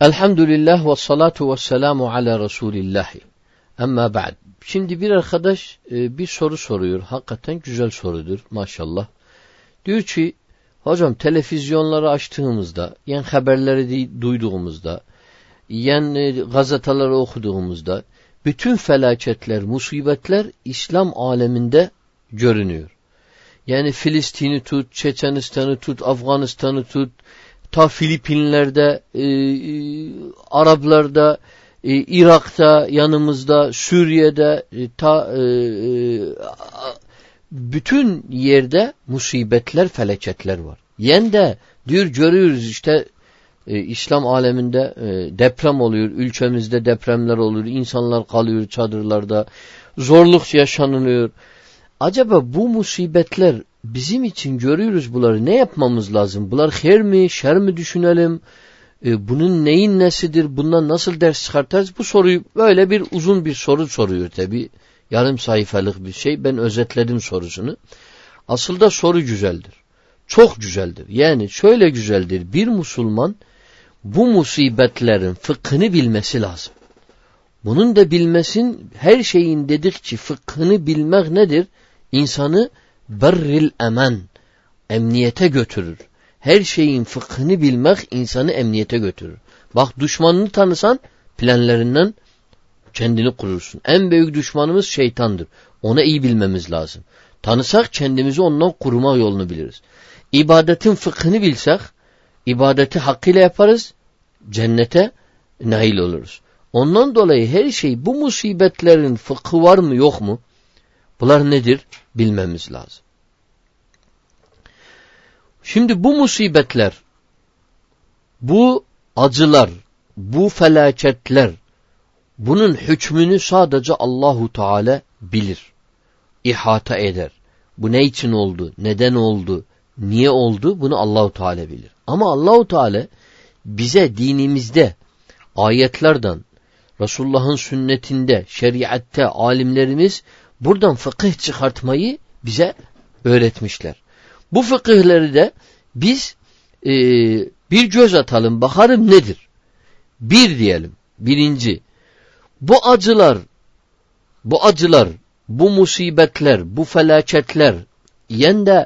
Elhamdülillah ve salatu ve selamu ala Resulillahi. Amma ba'd. Şimdi bir arkadaş bir soru soruyor. Hakikaten güzel sorudur maşallah. Diyor ki, hocam televizyonları açtığımızda, yani haberleri duyduğumuzda, yani gazeteleri okuduğumuzda, bütün felaketler, musibetler İslam aleminde görünüyor. Yani Filistin'i tut, Çeçenistan'ı tut, Afganistan'ı tut, ta Filipinler'de, Araplar'da, Irak'ta, yanımızda, Suriye'de, bütün yerde musibetler, felaketler var. Yen de diyor görüyoruz işte İslam aleminde deprem oluyor, ülkemizde depremler oluyor, insanlar kalıyor çadırlarda, zorluk yaşanılıyor. Acaba bu musibetler bizim için görüyoruz bunları. Ne yapmamız lazım? Bunlar hayır mi, şer mi düşünelim? Bunun neyin nesidir? Bundan nasıl ders çıkartırız? Bu soruyu böyle bir uzun bir soru soruyor tabi. Yarım sayfalık bir şey. Ben özetledim sorusunu. Aslında soru güzeldir. Çok güzeldir. Yani şöyle güzeldir. Bir Müslüman bu musibetlerin fıkhını bilmesi lazım. Bunun da bilmesin, her şeyin dedikçe fıkhını bilmek nedir? İnsanı berril emen, emniyete götürür. Her şeyin fıkhını bilmek insanı emniyete götürür. Bak, düşmanını tanısan planlarından kendini kurursun. En büyük düşmanımız şeytandır. Ona iyi bilmemiz lazım. Tanısak kendimizi ondan koruma yolunu biliriz. İbadetin fıkhını bilsek, ibadeti hakkıyla yaparız, cennete nail oluruz. Ondan dolayı her şey, bu musibetlerin fıkhı var mı yok mu? Bunlar nedir? Bilmemiz lazım. Şimdi bu musibetler, bu acılar, bu felaketler, bunun hükmünü sadece Allahu Teala bilir, ihata eder. Bu ne için oldu, neden oldu, niye oldu, bunu Allahu Teala bilir. Ama Allahu Teala bize dinimizde, ayetlerden, Resulullah'ın sünnetinde, şeriatte alimlerimiz buradan fıkıh çıkartmayı bize öğretmişler. Bu fıkıhları da biz bir göz atalım, bakalım nedir? Bir diyelim, birinci, bu acılar, bu musibetler, bu felaketler, yen de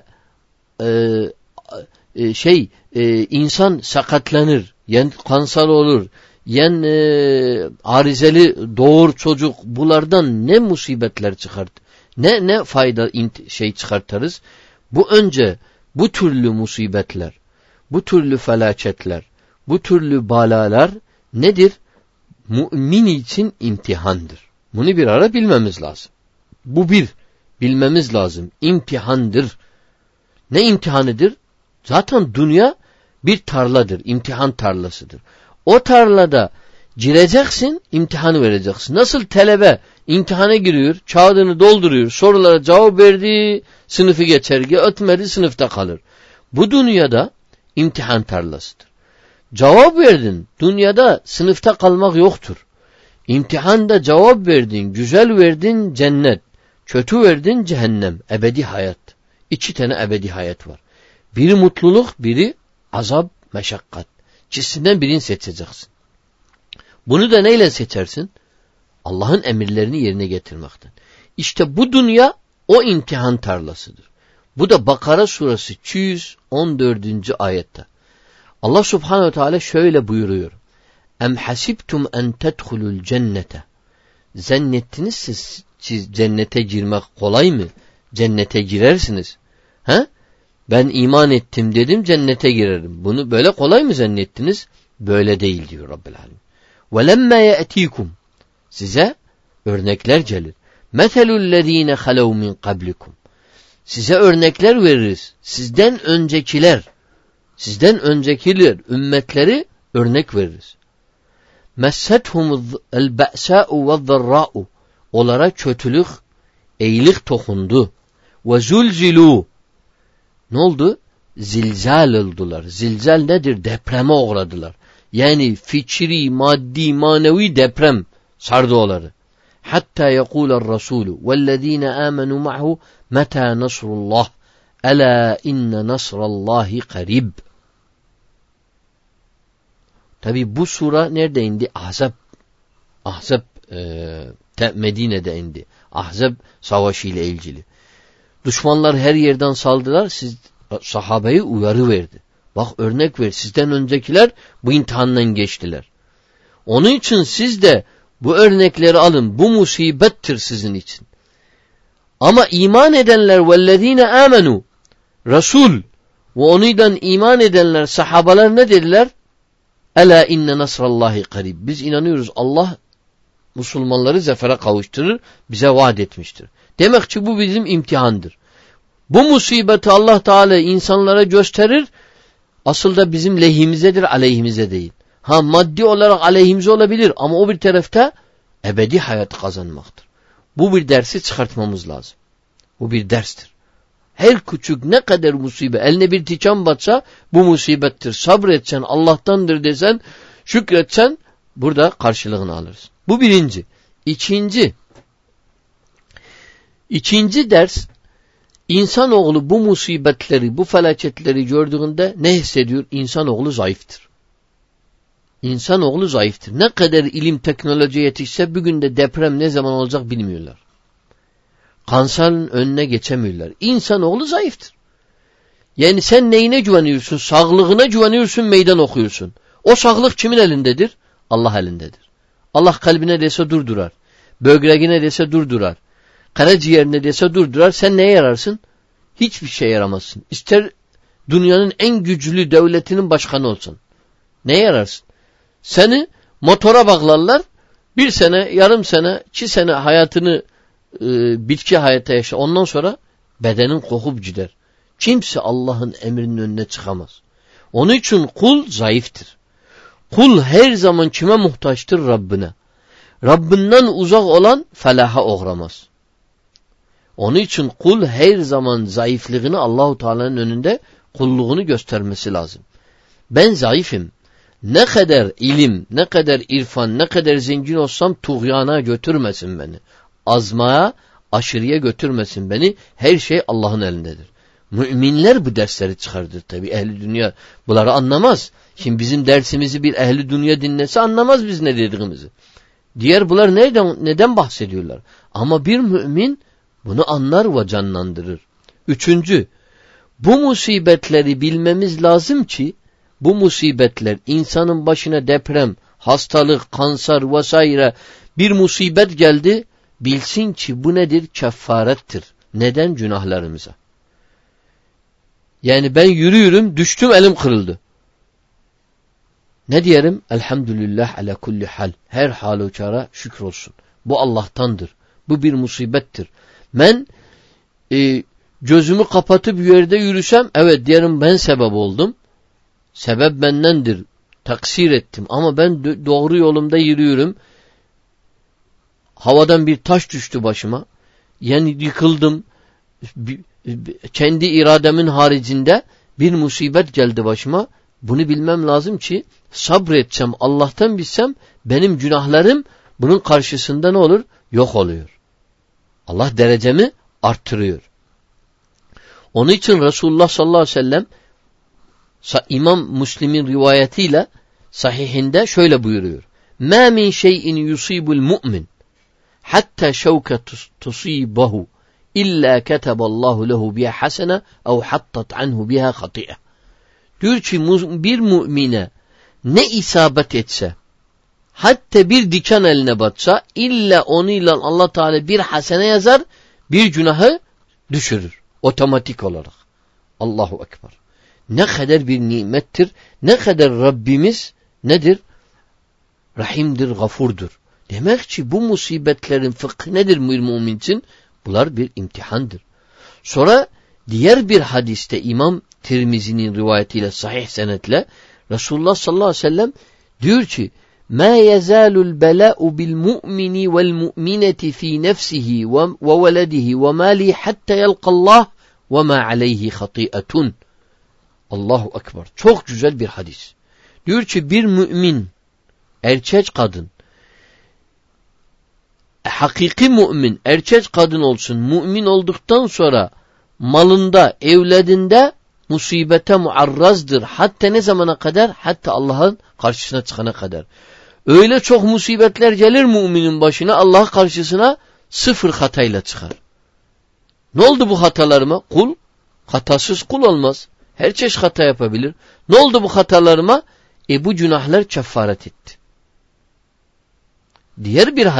insan sakatlanır, yen kanser olur, yen arizeli doğur çocuk, bunlardan ne musibetler çıkart, ne fayda çıkartırız? Bu önce bu türlü musibetler, bu türlü felaketler, bu türlü balalar nedir? Mümin için imtihandır. Bunu bir ara bilmemiz lazım. Bu bir, bilmemiz lazım. İmtihandır. Ne imtihanıdır? Zaten dünya bir tarladır, imtihan tarlasıdır. O tarlada gireceksin, imtihanı vereceksin. Nasıl talebe imtihana giriyor, kağıdını dolduruyor, sorulara cevap verdi, sınıfı geçer, ötmedi, sınıfta kalır. Bu dünyada imtihan tarlasıdır. Cevap verdin, dünyada sınıfta kalmak yoktur. İmtihanda cevap verdin, güzel verdin, cennet. Kötü verdin, cehennem, ebedi hayat. İki tane ebedi hayat var. Biri mutluluk, biri azap, meşakkat. İkisinden birini seçeceksin. Bunu da neyle seçersin? Allah'ın emirlerini yerine getirmekten. İşte bu dünya o imtihan tarlasıdır. Bu da Bakara suresi 214. ayette. Allah subhanehu ve teala şöyle buyuruyor. Em hasibtum en tedhulul cennete. Zannettiniz siz cennete girmek kolay mı? Cennete girersiniz. He? Ben iman ettim dedim, cennete girerim. Bunu böyle kolay mı zannettiniz? Böyle değil diyor Rabbil Alem. وَلَمَّا يَأْتِيكُمْ. Size örnekler gelir. مَثَلُ الَّذ۪ينَ خَلَوْ مِنْ قَبْلِكُمْ. Size örnekler veririz. Sizden ümmetleri örnek veririz. مَسَّتْهُمُ الْبَأْسَاءُ وَالضَّرَّاءُ. Onlara kötülük, iyilik dokundu. وَزُلْزِلُوا. Ne oldu? Zilzal oldular. Zilzal nedir? Depreme uğradılar. Yani fikri, maddi, manevi deprem sardı onları. Hatta yekûler Resulü vellezîne âmenû ma'hu metâ nasrullah elâ inne nasrallahi qarib. Tabi bu sura nerede indi? Ahzab Medine'de indi. Ahzab savaşı ile ilgili. Düşmanlar her yerden saldılar. Sahabeyi uyarı verdi. Bak örnek ver. Sizden öncekiler bu imtihandan geçtiler. Onun için siz de bu örnekleri alın. Bu musibettir sizin için. Ama iman edenler وَالَّذ۪ينَ آمَنُوا Resul ve onunla iman edenler, sahabalar ne dediler? Ela inne nasrallahi karib. Biz inanıyoruz Allah Müslümanları zafere kavuşturur, bize vaat etmiştir. Demek ki bu bizim imtihandır. Bu musibeti Allah Teala insanlara gösterir, asıl da bizim lehimizedir, aleyhimize değil. Maddi olarak aleyhimize olabilir ama o bir tarafta ebedi hayat kazanmaktır. Bu bir dersi çıkartmamız lazım. Bu bir derstir. Her küçük ne kadar musibet, eline bir tikan batsa bu musibettir. Sabretsen, Allah'tandır desen, şükretsen burada karşılığını alırsın. Bu birinci. İkinci ders, insanoğlu bu musibetleri, bu felaketleri gördüğünde ne hissediyor? İnsanoğlu zayıftır. İnsanoğlu zayıftır. Ne kadar ilim, teknoloji yetişse bugün de deprem ne zaman olacak bilmiyorlar. Kanserin önüne geçemiyorlar. İnsanoğlu zayıftır. Yani sen neyine güveniyorsun? Sağlığına güveniyorsun, meydan okuyorsun. O sağlık kimin elindedir? Allah elindedir. Allah kalbine dese durdurar. Böbreğine dese durdurar. Karaciğerine dese durdurar. Sen neye yararsın? Hiçbir şey yaramazsın. İster dünyanın en güçlü devletinin başkanı olsun. Neye yararsın? Seni motora bağlarlar. 1 sene, yarım sene, 2 sene hayatını bitki hayata yaşa. Ondan sonra bedenin kokup gider. Kimse Allah'ın emrinin önüne çıkamaz. Onun için kul zayıftır. Kul her zaman kime muhtaçtır? Rabbine. Rabbinden uzak olan felaha uğramaz. Onun için kul her zaman zayıflığını Allahu Teala'nın önünde kulluğunu göstermesi lazım. Ben zayıfım. Ne kadar ilim, ne kadar irfan, ne kadar zengin olsam tuğyana götürmesin beni. Azmaya, aşırıya götürmesin beni. Her şey Allah'ın elindedir. Müminler bu dersleri çıkardır tabi. Ehli dünya bunları anlamaz. Şimdi bizim dersimizi bir ehli dünya dinlese anlamaz biz ne dediğimizi. Diğer bunlar neden bahsediyorlar? Ama bir mümin bunu anlar ve canlandırır. 3. Bu musibetleri bilmemiz lazım ki bu musibetler insanın başına deprem, hastalık, kanser vesaire bir musibet geldi. Bilsin ki bu nedir? Kefarettir. Neden? Günahlarımıza. Yani ben yürüyorum, düştüm, elim kırıldı. Ne diyelim? Elhamdülillah ala kulli hal. Her halükarda şükür olsun. Bu Allah'tandır. Bu bir musibettir. Ben gözümü kapatıp bir yerde yürüsem, evet diyelim ben sebep oldum. Sebep bendendir. Taksir ettim. Ama ben doğru yolumda yürüyorum. Havadan bir taş düştü başıma. Yani yıkıldım. Kendi irademin haricinde bir musibet geldi başıma. Bunu bilmem lazım ki sabretsem, Allah'tan bilsem benim günahlarım bunun karşısında ne olur? Yok oluyor. Allah derecemi arttırıyor. Onun için Resulullah sallallahu aleyhi ve sellem İmam Müslim'in rivayetiyle sahihinde şöyle buyuruyor. مَا مِنْ شَيْءٍ يُصِيبُ الْمُؤْمِنِ حَتَّى شَوْكَ تُصِيبَهُ İlla keteballahu lehu biha hasene ev hattat anhu biha hati'e. Diyor ki bir mümine ne isabet etse, hatta bir diken eline batsa, illa onunla Allah Teala bir hasene yazar, bir günahı düşürür. Otomatik olarak. Allahu Ekber. Ne kadar bir nimettir, ne kadar Rabbimiz nedir? Rahimdir, gafurdur. Demek ki bu musibetlerin fıkhı nedir mümin için? Bunlar bir imtihandır. Sonra diğer bir hadiste İmam Tirmizi'nin rivayetiyle sahih senetle Resulullah sallallahu aleyhi ve sellem diyor ki مَا يَزَالُ الْبَلَاءُ بِالْمُؤْمِنِ وَالْمُؤْمِنَةِ فِي نَفْسِهِ وَوَلَدِهِ وَمَالِهِ حَتَّى يَلْقَ اللّٰهِ وَمَا عَلَيْهِ خَطِيئَةٌ. Allahu Ekber. Çok güzel bir hadis. Diyor ki bir mümin, erkek kadın, hakiki mümin, erkek kadın olsun, mümin olduktan sonra malında, evladında musibete muarrazdır. Hatta ne zamana kadar? Hatta Allah'ın karşısına çıkana kadar. Öyle çok musibetler gelir müminin başına, Allah karşısına sıfır hatayla çıkar. Ne oldu bu hatalarıma? Kul, hatasız kul olmaz. Her çeşit hata yapabilir. Ne oldu bu hatalarıma? Bu günahlar kefaret etti. Diğer bir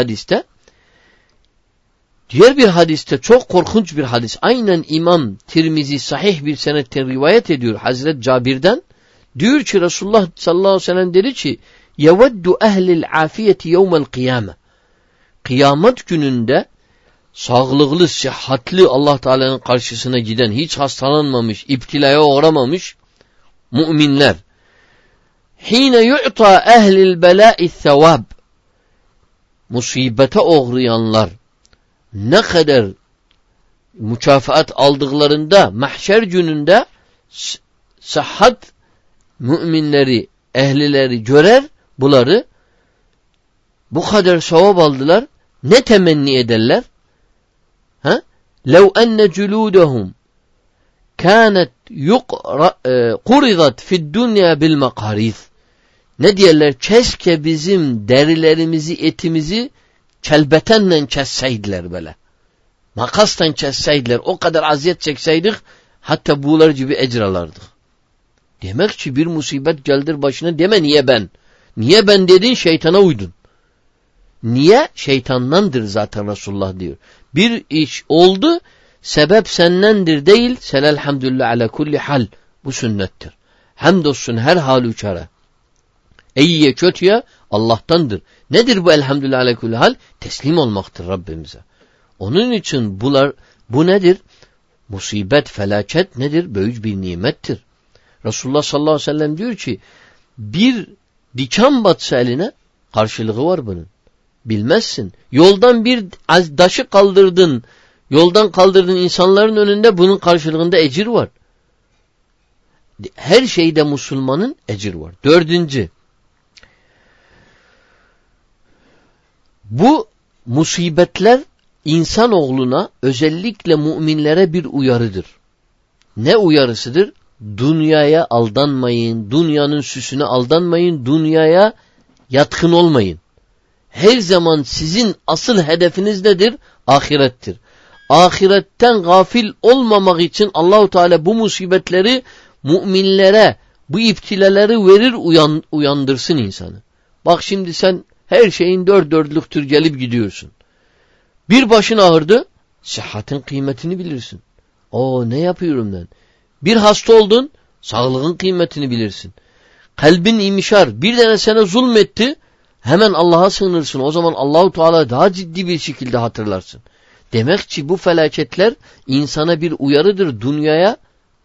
hadiste çok korkunç bir hadis. Aynen İmam Tirmizi sahih bir senetten rivayet ediyor Hazret Cabir'den. Diyor ki Resulullah sallallahu aleyhi ve sellem dedi ki yeveddu ehlil afiyeti yevmel kıyame. Kıyamet gününde sağlıklı, sıhhatli Allah Teala'nın karşısına giden, hiç hastalanmamış, iptilaya uğramamış müminler. Hine yu'ta ehlil belâ'i thevâb. Musibete uğrayanlar ne kadar mükafat aldıklarında mahşer gününde sıhhat müminleri, ehlileri görer bunları, bu kadar sevap aldılar. Ne temenni ederler? لَوْ أَنَّ جُلُودَهُمْ كَانَتْ قُرِضَتْ فِي الدُّنْيَا بِالْمَقَارِيثِ. Ne diyorlar? Keşke bizim derilerimizi, etimizi kelbetenle kesseydiler böyle. Makasla kesseydiler. O kadar aziyet çekseydik hatta buğular gibi ecir alardık. Demek ki bir musibet geldir başına, deme niye ben? Niye ben dedin, şeytana uydun. Niye? Şeytandandır zaten Resulullah diyor. Bir iş oldu, sebep sendendir değil, sen elhamdülillah ala kulli hal. Bu sünnettir. Hamdolsun her hal uçara. İyiye kötüye Allah'tandır. Nedir bu elhamdülillah ala kulli hal? Teslim olmaktır Rabbimize. Onun için bu nedir? Musibet, felaket nedir? Büyük bir nimettir. Resulullah sallallahu aleyhi ve sellem diyor ki bir diken batsa eline karşılığı var bunun. Bilmezsin. Yoldan bir taşı kaldırdın, yoldan kaldırdın insanların önünde, bunun karşılığında ecir var. Her şeyde Müslümanın ecir var. 4. Bu musibetler insanoğluna, özellikle müminlere bir uyarıdır. Ne uyarısıdır? Dünyaya aldanmayın, dünyanın süsüne aldanmayın, dünyaya yatkın olmayın. Her zaman sizin asıl hedefiniz nedir? Ahirettir. Ahiretten gafil olmamak için Allahu Teala bu musibetleri müminlere, bu iptileleri verir, uyandırsın insanı. Bak şimdi sen her şeyin dört dörtlüktür gelip gidiyorsun. Bir başın ağırdı, sıhhatin kıymetini bilirsin. Ne yapıyorum ben? Bir hasta oldun, sağlığın kıymetini bilirsin. Kalbin imişar, bir tane sana zulmetti, hemen Allah'a sığınırsın. O zaman Allahu Teala daha ciddi bir şekilde hatırlarsın. Demek ki bu felaketler insana bir uyarıdır. Dünyaya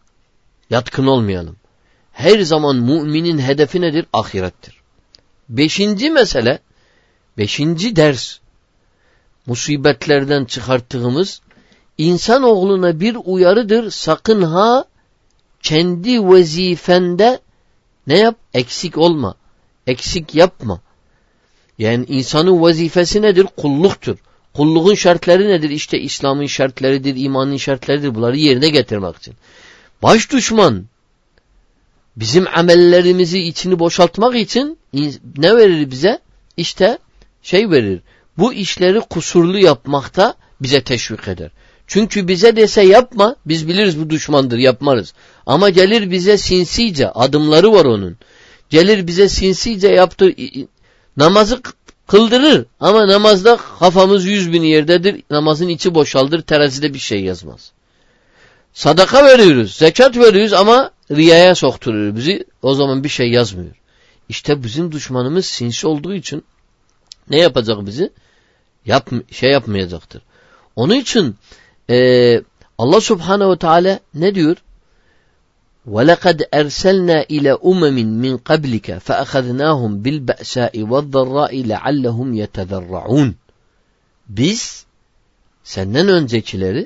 yatkın olmayalım. Her zaman müminin hedefi nedir? Ahirettir. 5. mesele, 5. ders, musibetlerden çıkarttığımız insanoğluna bir uyarıdır. Sakın ha kendi vazifende ne yap? Eksik olma. Eksik yapma. Yani insanın vazifesi nedir? Kulluktur. Kulluğun şartları nedir? İşte İslam'ın şartlarıdır, imanın şartlarıdır. Bunları yerine getirmek için. Baş düşman bizim amellerimizi içini boşaltmak için ne verir bize? İşte verir. Bu işleri kusurlu yapmakta bize teşvik eder. Çünkü bize dese yapma, biz biliriz bu düşmandır, yapmarız. Ama gelir bize sinsice, adımları var onun. Gelir bize sinsice yaptı, namazı kıldırır ama namazda kafamız 100.000 yerdedir, namazın içi boşaldır, terazide bir şey yazmaz. Sadaka veriyoruz, zekat veriyoruz ama riyaya sokturuyor bizi, o zaman bir şey yazmıyor. İşte bizim düşmanımız sinsi olduğu için ne yapacak bizi? Yapmayacaktır. Onun için Allah Subhanahu ve Teala ne diyor? وَلَقَدْ أَرْسَلْنَا إِلَى أُمَمٍ مِّنْ قَبْلِكَ فَأَخَذْنَاهُمْ بِالْبَأْسَاءِ وَالضَّرَّاءِ لَعَلَّهُمْ يَتَذَرَّعُونَ. Biz senden öncekileri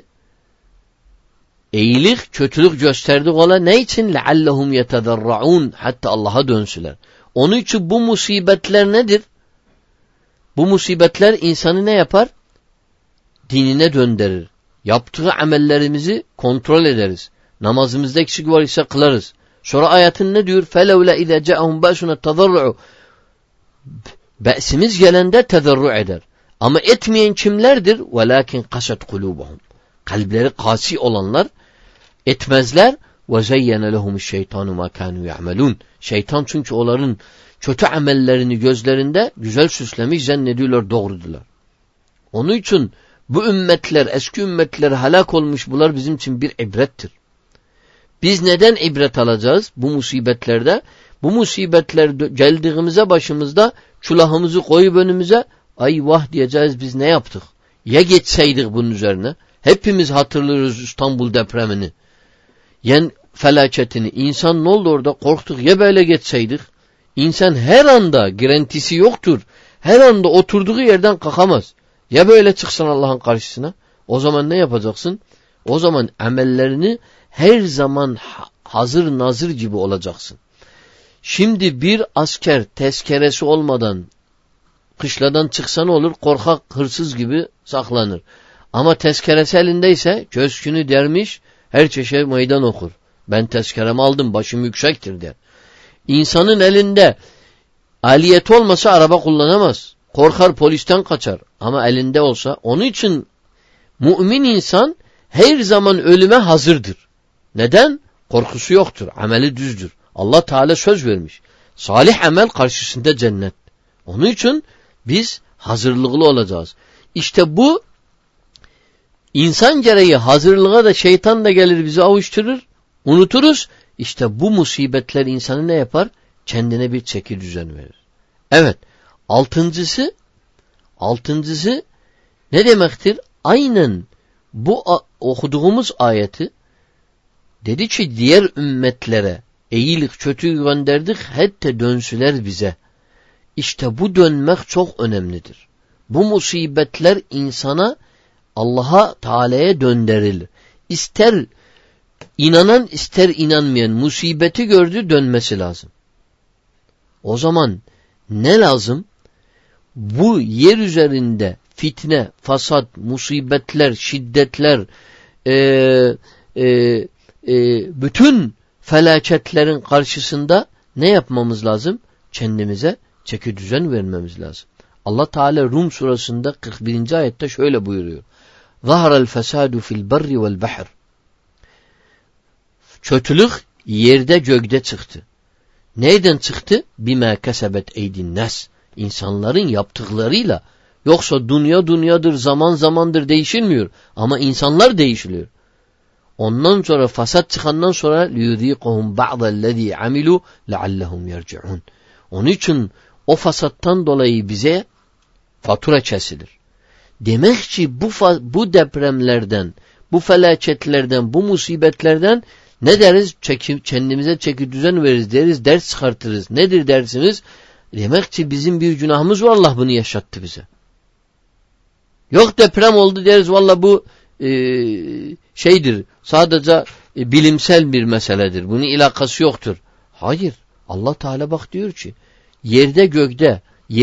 iyilik, kötülük gösterdik ona. Ne için? لَعَلَّهُمْ يَتَذَرَّعُونَ. Hatta Allah'a dönsüler. Onun için bu musibetler nedir? Bu musibetler insanı ne yapar? Dinine döndürür. Yaptığı amellerimizi kontrol ederiz. Namazımızda eksik var ise kılarız. Sonra ayetin ne diyor? فَلَوْلَا اِذَا جَاءَهُمْ بَأْسُنَا تَضَرُّعُ Be'simiz gelende tezerru eder. Ama etmeyen kimlerdir? وَلَاكِنْ قَسَتْ قُلُوبَهُمْ Kalpleri kasi olanlar etmezler. وَزَيَّنَ لَهُمُ الشَّيْطَانُ مَا كَانُوا يَعْمَلُونَ Şeytan çünkü onların kötü amellerini gözlerinde güzel süslemiş, zannediyorlar doğrudular. Onun için bu ümmetler, eski ümmetler helak olmuş, bunlar bizim için bir ibrettir. Biz neden ibret alacağız bu musibetlerde? Bu musibetler geldiğimizde başımızda çulahımızı koyup önümüze, ay vah diyeceğiz, biz ne yaptık? Ya geçseydik bunun üzerine? Hepimiz hatırlıyoruz İstanbul depremini. Yani felaketini. İnsan ne oldu orada? Korktuk. Ya böyle geçseydik? İnsan her anda garantisi yoktur. Her anda oturduğu yerden kalkamaz. Ya böyle çıksın Allah'ın karşısına? O zaman ne yapacaksın? O zaman amellerini her zaman hazır nazır gibi olacaksın. Şimdi bir asker tezkeresi olmadan kışladan çıksa ne olur? Korkak hırsız gibi saklanır. Ama tezkeresi elindeyse köşkünü dermiş, her çeşit meydan okur. Ben tezkeremi aldım, başım yüksektir der. İnsanın elinde aliyeti olmasa araba kullanamaz. Korkar, polisten kaçar. Ama elinde olsa, onun için mümin insan her zaman ölüme hazırdır. Neden? Korkusu yoktur. Ameli düzdür. Allah Teala söz vermiş. Salih amel karşısında cennet. Onun için biz hazırlıklı olacağız. İşte bu insan gereği hazırlığa da şeytan da gelir bizi avuşturur. Unuturuz. İşte bu musibetler insanı ne yapar? Kendine bir çeki düzen verir. Evet. Altıncısı ne demektir? Aynen bu okuduğumuz ayeti dedi ki diğer ümmetlere iyilik kötü gönderdik hatta dönsüler bize. İşte bu dönmek çok önemlidir. Bu musibetler insana Allah'a Teala'ya döndürülür. İster inanan ister inanmayan musibeti gördü dönmesi lazım. O zaman ne lazım? Bu yer üzerinde fitne, fasat, musibetler, şiddetler, bütün felaketlerin karşısında ne yapmamız lazım? Kendimize çeki düzen vermemiz lazım. Allah Teala Rum surasında 41. ayette şöyle buyuruyor. ظَهَرَ الْفَسَادُ فِي الْبَرِّ وَالْبَحْرِ Kötülük yerde gökte çıktı. Neyden çıktı? بِمَا كَسَبَتْ اَيْدِ النَّاسِ İnsanların yaptıklarıyla. Yoksa dünya dünyadır, zaman zamandır değişilmiyor. Ama insanlar değişiliyor. Ondan sonra fasat çıkandan sonra لِيُذ۪يقُهُمْ بَعْضَ الَّذ۪ي عَمِلُوا لَعَلَّهُمْ يَرْجِعُونَ Onun için o fasattan dolayı bize fatura kesilir. Demek ki bu depremlerden, bu felaketlerden, bu musibetlerden ne deriz? Kendimize çeki düzen veririz deriz, ders çıkartırız. Nedir dersimiz? Demek ki bizim bir günahımız var, Allah bunu yaşattı bize. Yok deprem oldu deriz, valla bu şeydir, sadece bilimsel bir meseledir. Bunun ilakası yoktur. Hayır. Allah Teala bak diyor ki yerde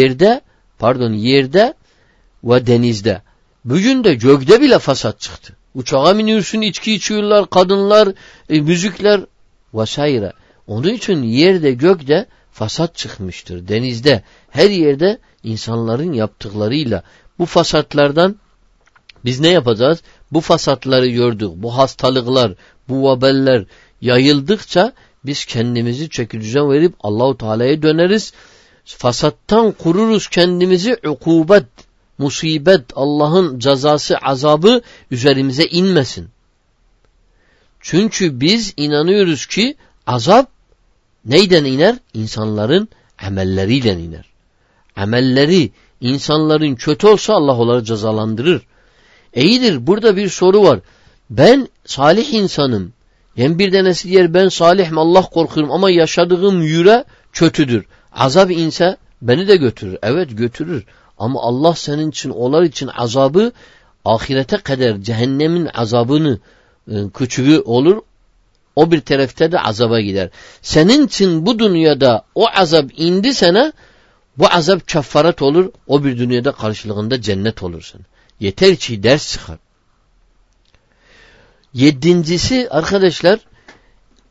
ve denizde. Bugün de gökte bile fasat çıktı. Uçağa biniyorsun, içki içiyorlar, kadınlar, müzikler vesaire. Onun için yerde gökte fasat çıkmıştır. Denizde, her yerde insanların yaptıklarıyla bu fasatlardan biz ne yapacağız? Bu fasatları gördük. Bu hastalıklar, bu vabeller yayıldıkça biz kendimizi çeki düzen verip Allahu Teala'ya döneriz. Fasattan kururuz kendimizi, ukubet, musibet, Allah'ın cezası, azabı üzerimize inmesin. Çünkü biz inanıyoruz ki azap neyden iner? İnsanların amelleriyle iner. Amelleri insanların kötü olsa Allah onları cezalandırır. İyidir, burada bir soru var. Ben salih insanım. Yani bir tanesi diyor ben salihim, Allah korkuyorum ama yaşadığım yüre kötüdür. Azap inse beni de götürür. Evet götürür. Ama Allah senin için, onlar için azabı ahirete kadar cehennemin azabını küçüğü olur. O bir tarafta da azaba gider. Senin için bu dünyada o azap indi sana, bu azap keffaret olur. O bir dünyada karşılığında cennet olursun. Yeter ki ders çıkar. Yedincisi arkadaşlar,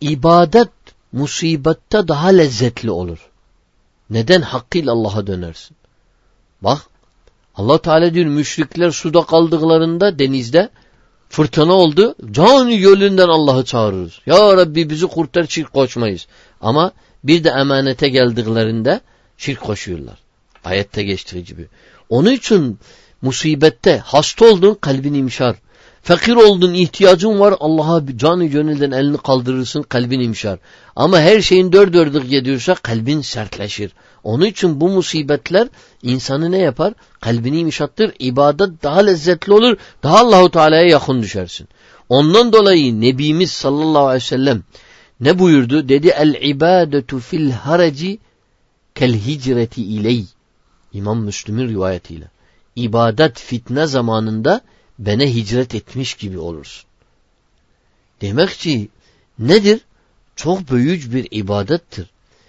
ibadet musibette daha lezzetli olur. Neden? Hakkıyla Allah'a dönersin. Bak Allah Teala diyor müşrikler suda kaldıklarında denizde fırtına oldu. Canı gölünden Allah'ı çağırırız. Ya Rabbi bizi kurtar, şirk koşmayız. Ama bir de emanete geldiklerinde şirk koşuyorlar. Ayette geçtiği gibi. Onun için musibette hasta oldun kalbin imşar. Fakir oldun, ihtiyacın var, Allah'a canı gönülden elini kaldırırsın, kalbin imşar. Ama her şeyin dört dörtlük gidiyorsa kalbin sertleşir. Onun için bu musibetler insanı ne yapar? Kalbini imşattır, ibadet daha lezzetli olur, daha Allahu Teala'ya yakın düşersin. Ondan dolayı Nebimiz sallallahu aleyhi ve sellem ne buyurdu? Dedi el-ibadetu fil haraci kel hicreti iley. İmam Müslim'in rivayetiyle. İbadet fitne zamanında bana hicret etmiş gibi olursun. Demek ki nedir? Çok büyük bir ibadettir.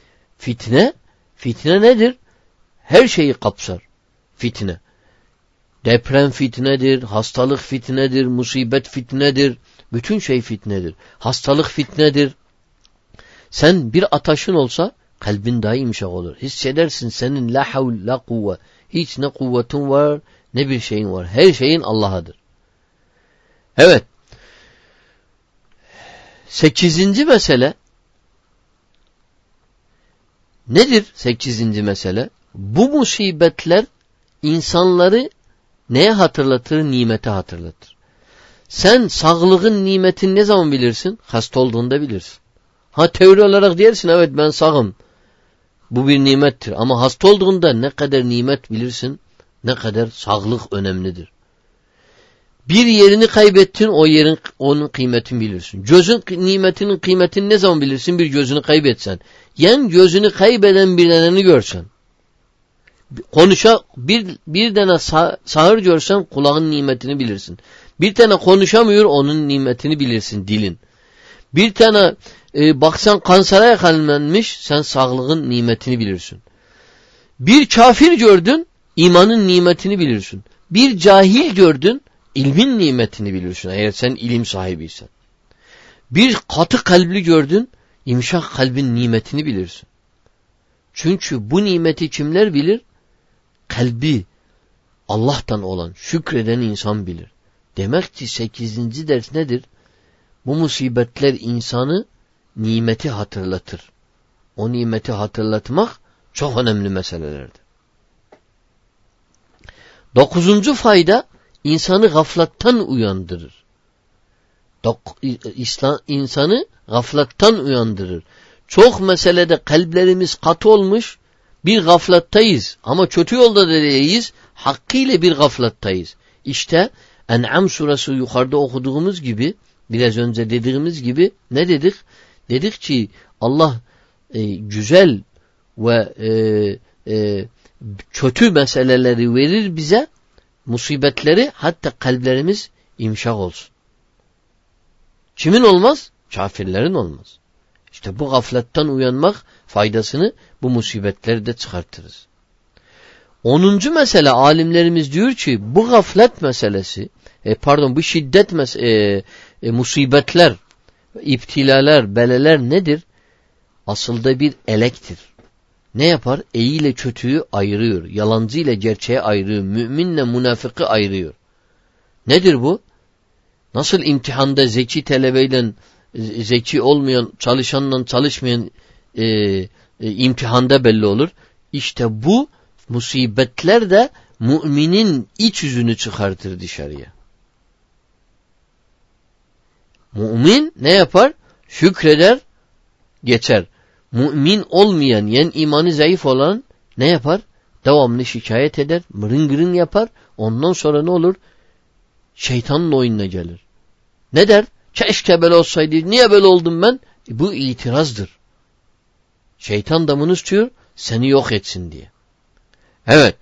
Fitne nedir? Her şeyi kapsar. Fitne. Deprem fitnedir, hastalık fitnedir, musibet fitnedir. Bütün şey fitnedir. Hastalık fitnedir. Sen bir ataşın olsa kalbin daha yumuşak olur. Hissedersin senin la havl la kuvve. Hiç ne kuvvetin var ne bir şeyin var. Her şeyin Allah'adır. Evet. 8. mesele nedir 8. mesele? Bu musibetler insanları neye hatırlatır? Nimete hatırlatır. Sen sağlığın nimetini ne zaman bilirsin? Hasta olduğunda bilirsin. Teori olarak dersin evet ben sağım. Bu bir nimettir. Ama hasta olduğunda ne kadar nimet bilirsin, ne kadar sağlık önemlidir. Bir yerini kaybettin, o yerin onun kıymetini bilirsin. Gözün nimetinin kıymetini ne zaman bilirsin? Bir gözünü kaybetsen. Yani gözünü kaybeden birilerini görsen. Bir tane sağır görsen kulağın nimetini bilirsin. Bir tane konuşamıyor, onun nimetini bilirsin dilin. Bir tane baksan kansere yakalanmış, sen sağlığın nimetini bilirsin. Bir kafir gördün, imanın nimetini bilirsin. Bir cahil gördün, ilmin nimetini bilirsin eğer sen ilim sahibiysen. Bir katı kalpli gördün, yumuşak kalbin nimetini bilirsin. Çünkü bu nimeti kimler bilir? Kalbi Allah'tan olan, şükreden insan bilir. Demek ki 8. ders nedir? Bu musibetler insanı nimeti hatırlatır. O nimeti hatırlatmak çok önemli meselelerdir. 9. fayda insanı gaflattan uyandırır. İnsanı gaflattan uyandırır. Çok meselede kalplerimiz katı olmuş, bir gaflattayız ama kötü yolda da değiliz, hakkıyla bir gaflattayız. İşte En'am suresi yukarıda okuduğumuz gibi, biraz önce dediğimiz gibi ne dedik? Dedik ki Allah güzel ve kötü meseleleri verir bize, musibetleri, hatta kalplerimiz imşak olsun. Kimin olmaz? Kafirlerin olmaz. İşte bu gafletten uyanmak faydasını bu musibetleri çıkartırız. 10. mesele alimlerimiz diyor ki bu gaflet meselesi, bu şiddet musibetler, iptilalar, beleler nedir? Aslında bir elektir. Ne yapar? İyi ile kötüyü ayırıyor. Yalancı ile gerçeği ayırıyor. Müminle münafıkı ayırıyor. Nedir bu? Nasıl imtihanda zeki talebeyle zeki olmayan, çalışanla çalışmayan imtihanda belli olur. İşte bu musibetler de müminin iç yüzünü çıkartır dışarıya. Mümin ne yapar? Şükreder, geçer. Mümin olmayan, yani imanı zayıf olan ne yapar? Devamlı şikayet eder, mırıngırın yapar. Ondan sonra ne olur? Şeytanın oyununa gelir. Ne der? Keşke böyle olsaydı, niye böyle oldum ben? Bu itirazdır. Şeytan da bunu istiyor, seni yok etsin diye. Evet.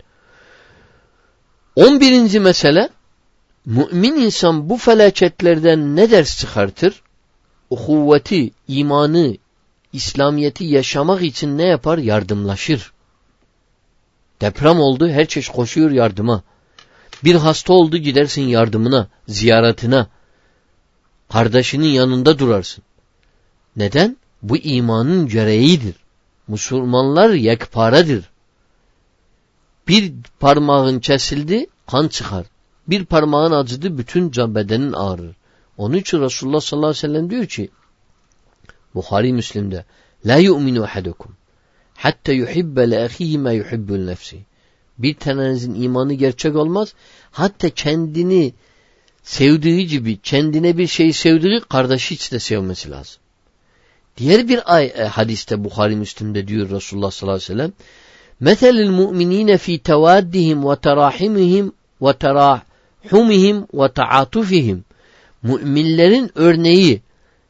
11. mesele, mümin insan bu felaketlerden ne ders çıkartır? Uhuvveti, imanı, İslamiyeti yaşamak için ne yapar? Yardımlaşır. Deprem oldu, her çeşit koşuyor yardıma. Bir hasta oldu, gidersin yardımına, ziyaretine. Kardeşinin yanında durarsın. Neden? Bu imanın gereğidir. Müslümanlar yekparedir. Bir parmağın kesildi, kan çıkar. Bir parmağın acıdı, bütün bedenin ağrır. Onun için Resulullah sallallahu aleyhi ve sellem diyor ki, Buhari Müslim'de, la yu'minu ahadukum hatta yuhibbe li ahihi ma yuhibbu li nefsihi. Bir tanenizin imanı gerçek olmaz. Hatta kendini sevdiği gibi, kendine bir şey sevdiği kardeşi hiç de sevmesi lazım. Diğer bir hadiste Buhari Müslim'de diyor Resulullah sallallahu aleyhi ve sellem, meselil mu'minine fi tevaddihim ve terahimihim ve terahumihim ve taatufihim. Müminlerin örneği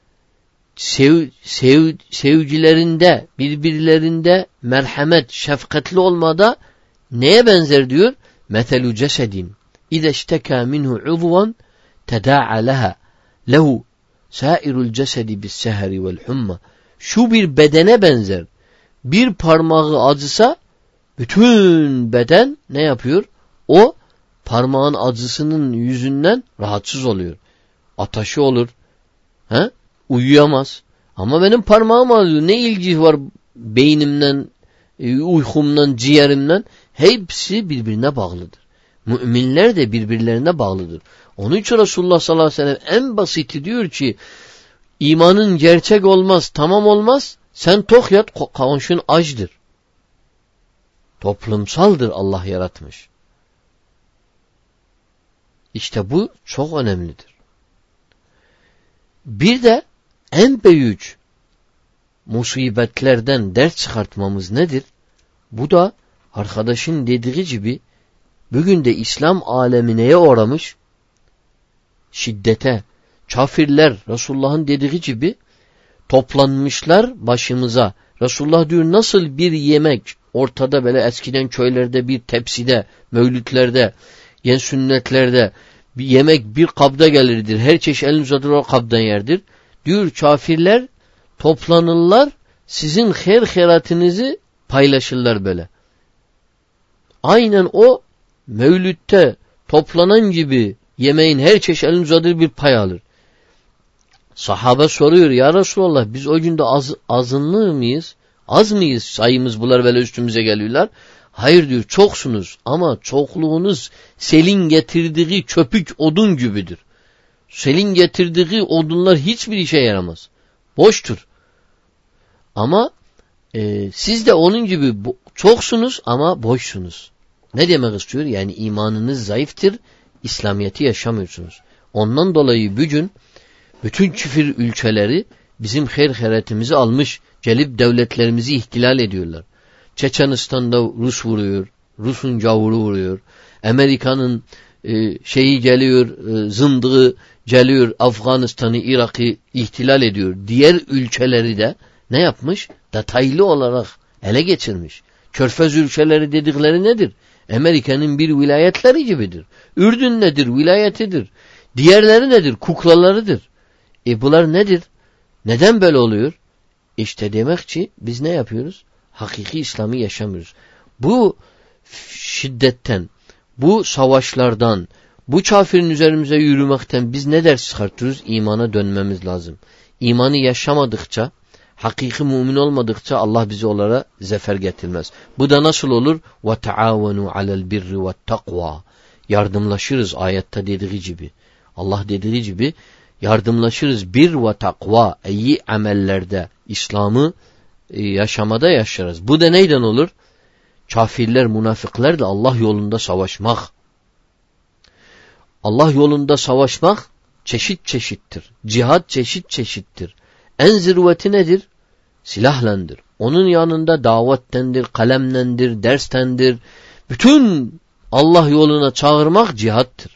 sevgilerinde, birbirlerinde merhamet, şefkatli olmada neye benzer diyor? Meselu cesedin İze işteka minhu uzvan teda'a lehu sairul cesedi bis seheri vel humma. Şu bir bedene benzer. Bir parmağı acısa bütün beden ne yapıyor? O parmağın acısının yüzünden rahatsız oluyor. Ataşı olur. Uyuyamaz. Ama benim parmağım ağrıyor. Ne ilgi var beynimden, uykumdan, ciğerimden? Hepsi birbirine bağlıdır. Müminler de birbirlerine bağlıdır. Onun için Resulullah sallallahu aleyhi ve sellem en basiti diyor ki, imanın gerçek olmaz, tamam olmaz. Sen tok yat, komşun açdır. Toplumsaldır Allah yaratmış. İşte bu çok önemlidir. Bir de en büyük musibetlerden ders çıkartmamız nedir? Bu da arkadaşın dediği gibi bugün de İslam alemi neye uğramış? Şiddete. Kafirler Resulullah'ın dediği gibi toplanmışlar başımıza. Resulullah diyor nasıl bir yemek ortada böyle eskiden köylerde bir tepside, mevlütlerde, sünnetlerde bir yemek bir kabda gelirdir. Her çeşit elini uzatır o kabdan yerdir. Diyor kafirler toplanırlar, sizin hayratınızı paylaşırlar böyle. Aynen o mevlütte toplanan gibi yemeğin her çeşit elini uzatır bir pay alır. Sahabe soruyor ya Resulallah biz o günde azınlığı mıyız? Az mıyız? Sayımız bunlar böyle üstümüze geliyorlar. Hayır diyor çoksunuz ama çokluğunuz selin getirdiği köpük odun gibidir. Selin getirdiği odunlar hiçbir işe yaramaz. Boştur. Ama siz de onun gibi çoksunuz ama boşsunuz. Ne demek istiyor? Yani imanınız zayıftır, İslamiyet'i yaşamıyorsunuz. Ondan dolayı bugün bütün küfür ülkeleri bizim hayretimizi almış, gelip devletlerimizi ihtilal ediyorlar. Çeçenistan'da Rus vuruyor, Rus'un gavuru vuruyor, Amerika'nın şeyi geliyor, zındığı geliyor, Afganistan'ı, Irak'ı ihtilal ediyor. Diğer ülkeleri de ne yapmış? Detaylı olarak ele geçirmiş. Körfez ülkeleri dedikleri nedir? Amerika'nın bir vilayetleri gibidir. Ürdün nedir? Vilayetidir. Diğerleri nedir? Kuklalarıdır. Bunlar nedir? Neden böyle oluyor? İşte demek ki biz ne yapıyoruz? Hakiki İslam'ı yaşamıyoruz. Bu şiddetten, bu savaşlardan, bu kafirin üzerimize yürümekten biz ne ders çıkartıyoruz? İmana dönmemiz lazım. İmanı yaşamadıkça, hakiki mümin olmadıkça Allah bizi onlara zafer getirmez. Bu da nasıl olur? وَتَعَاوَنُوا عَلَى الْبِرِّ وَالتَّقْوَى. Yardımlaşırız ayette dediği gibi. Allah dediği gibi yardımlaşırız bir ve takva, iyi amellerde, İslam'ı yaşamada yaşarız. Bu da neyden olur? Kafirler, münafıklarla Allah yolunda savaşmak. Allah yolunda savaşmak çeşit çeşittir. Cihad çeşit çeşittir. En zirveti nedir? Silahlandır. Onun yanında davettendir, kalemlendir, derstendir. Bütün Allah yoluna çağırmak cihattır.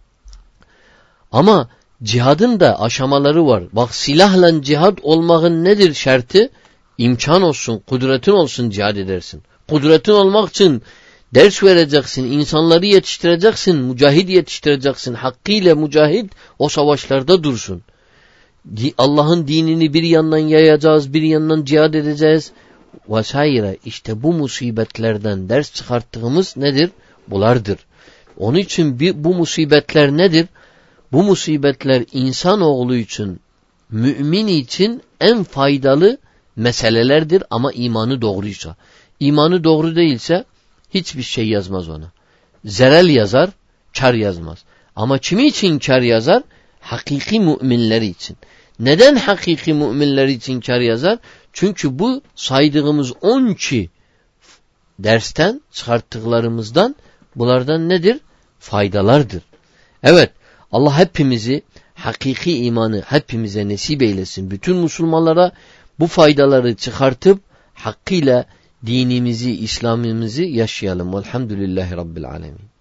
Ama cihadın da aşamaları var. Bak silahla cihad olmanın nedir şartı? İmkan olsun, kudretin olsun cihad edersin. Kudretin olmak için ders vereceksin, insanları yetiştireceksin, mücahid yetiştireceksin. Hakkıyla mücahid o savaşlarda dursun. Allah'ın dinini bir yandan yayacağız, bir yandan cihad edeceğiz. Vesaire. İşte bu musibetlerden ders çıkarttığımız nedir? Bulardır. Onun için bu musibetler nedir? Bu musibetler insanoğlu için mümin için en faydalı meselelerdir ama imanı doğruysa. İmanı doğru değilse hiçbir şey yazmaz ona. Zerel yazar, kar yazmaz. Ama kimi için kar yazar? Hakiki müminler için. Neden hakiki müminler için kar yazar? Çünkü bu saydığımız 12 dersten çıkarttıklarımızdan bunlardan nedir? Faydalardır. Evet, Allah hepimizi hakiki imanı hepimize nasip eylesin. Bütün Müslümanlara bu faydaları çıkartıp hakkıyla dinimizi, İslam'ımızı yaşayalım. Elhamdülillahi Rabbil Alemin.